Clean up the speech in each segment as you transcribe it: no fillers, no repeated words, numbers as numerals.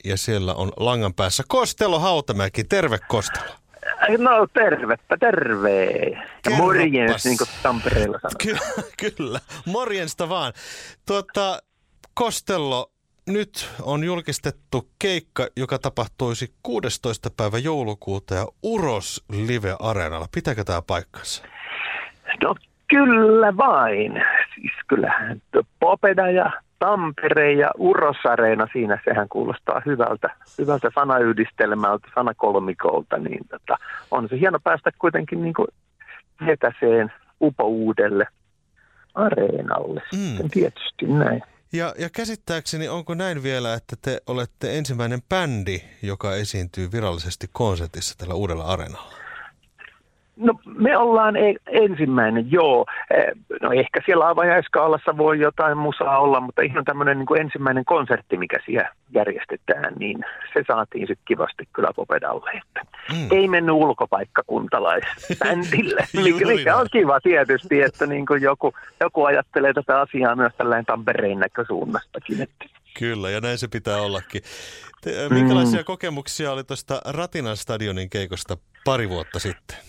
ja siellä on langan päässä Kostelo Hautamäki. Terve Kostelo. No tervepä, terve. Ja morjens, niin kuin Tampereella sanotaan. Kyllä, morjensta vaan. Kostelo, nyt on julkistettu keikka, joka tapahtuisi 16. päivä joulukuuta ja Uros Live-areenalla. Pitääkö tämä paikkansa? No kyllä vain. Siis kyllähän Popeda ja Tampere ja Uros-areena siinä, sehän kuulostaa hyvältä sanayhdistelmältä, sanakolmikolta, niin on se hieno päästä kuitenkin niin kuin vetäseen upouudelle areenalle. Sitten tietysti näin. Ja käsittääkseni, onko näin vielä, että te olette ensimmäinen bändi, joka esiintyy virallisesti konsertissa tällä uudella areenalla? No me ollaan ensimmäinen, joo. No ehkä siellä avajaiskaalassa voi jotain musaa olla, mutta ihan tämmöinen niin kuin ensimmäinen konsertti, mikä siellä järjestetään, niin se saatiin sitten kivasti kyllä Popedalle. Ei mennyt ulkopaikkakuntalaisbändille, mikä on kiva tietysti, että niin kuin joku ajattelee tätä asiaa myös tällainen Tampereen näkösuunnastakin. Kyllä, ja näin se pitää ollakin. Minkälaisia kokemuksia oli tuosta Ratinan stadionin keikosta pari vuotta sitten?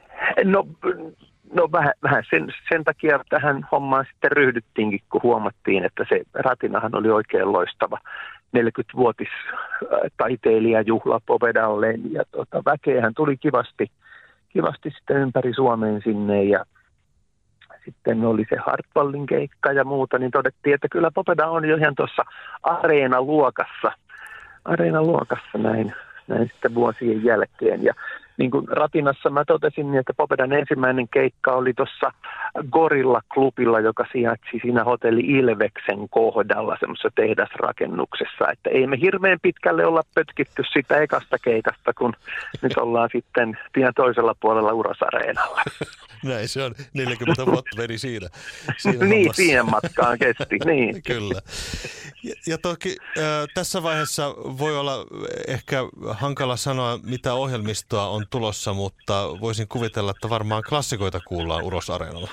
No vähän sen takia tähän hommaan sitten ryhdyttiinkin, kun huomattiin, että se Ratinahan oli oikein loistava 40-vuotis taiteilijajuhla Popedalle ja väkeähän tuli kivasti sitten ympäri Suomeen sinne ja sitten oli se Hartwallin keikka ja muuta, niin todettiin, että kyllä Popeda on jo ihan tuossa areenaluokassa näin sitten vuosien jälkeen ja niin kuin Ratinassa mä totesin, että Popedan ensimmäinen keikka oli tuossa Gorilla-klubilla, joka sijaitsi siinä hotelli Ilveksen kohdalla semmoisessa tehdasrakennuksessa. Että ei me hirveän pitkälle olla pötkitty sitä ekasta keikasta, kun nyt ollaan sitten pian toisella puolella Uros-areenalla. Näin se on, 40 vuotta meni siinä niin, siihen matkaan kesti, niin. Kyllä. Ja toki tässä vaiheessa voi olla ehkä hankala sanoa, mitä ohjelmistoa on tulossa, mutta voisin kuvitella, että varmaan klassikoita kuullaan Uros-areenalla.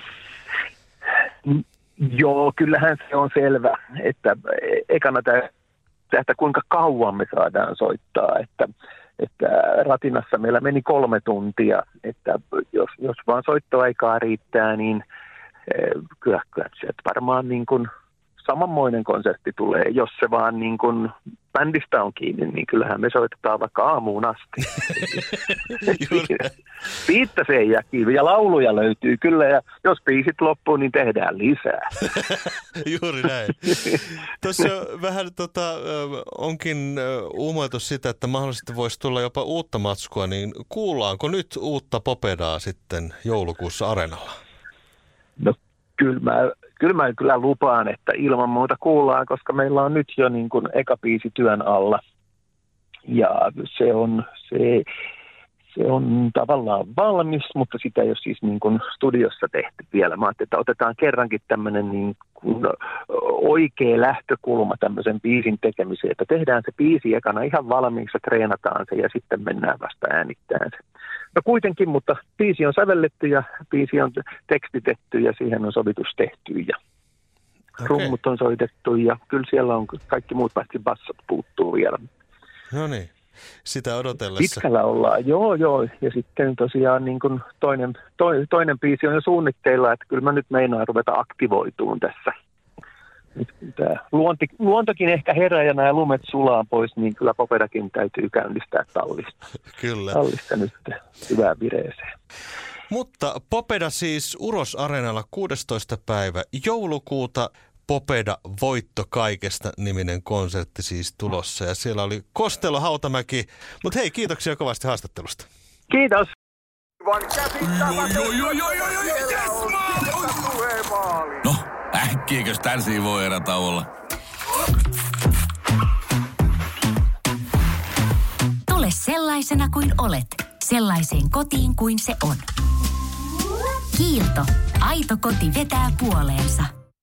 Joo, kyllähän se on selvä, että ekana tästä kuinka kauan me saadaan soittaa, että Ratinassa meillä meni 3 tuntia, että jos vaan soittoaikaa riittää, niin kyllä se varmaan niin kuin samanmoinen konsertti tulee, jos se vaan niin kuin bändistä on kiinni, niin kyllähän me soitetaan vaikka aamuun asti. Siitä se ei jää ja lauluja löytyy kyllä, ja jos biisit loppuu, niin tehdään lisää. Juuri näin. Tuossa vähän onkin uumoitu sitä, että mahdollisesti voisi tulla jopa uutta matskua, niin kuullaanko nyt uutta Popedaa sitten joulukuussa areenalla? No Kyllä mä lupaan, että ilman muuta kuullaan, koska meillä on nyt jo niin kuin eka biisi työn alla. Ja se on tavallaan valmis, mutta sitä ei ole siis niin kuin studiossa tehty vielä. Mä ajattelin, että otetaan kerrankin tämmöinen niin kuin oikea lähtökulma tämmöisen biisin tekemiseen, että tehdään se biisi ekana ihan valmiiksi, treenataan se ja sitten mennään vasta äänittämään se. No kuitenkin, mutta biisi on sävelletty ja biisi on tekstitetty ja siihen on sovitus tehty ja rummut on soitettu ja kyllä siellä on kaikki muut paitsi bassot puuttuu vielä. No niin, sitä odotellessa. Pitkällä ollaan, joo. Ja sitten tosiaan niin kuin toinen biisi on jo suunnitteilla, että kyllä mä nyt meinaan ruveta aktivoituun tässä. Nyt tämä luontokin ehkä herää ja nämä lumet sulaa pois, niin kyllä Popedakin täytyy käynnistää tallista. Kyllä. Tallista nyt hyvään vireeseen. Mutta Popeda siis Uros-areenalla 16. päivä joulukuuta. Popeda Voitto kaikesta -niminen konsertti siis tulossa. Ja siellä oli Kostelo Hautamäki. Mutta hei, kiitoksia kovasti haastattelusta. Kiitos. No, äkkiäkös tän voi erätä olla? Tule sellaisena kuin olet, sellaiseen kotiin kuin se on. Kiilto. Aito koti vetää puoleensa.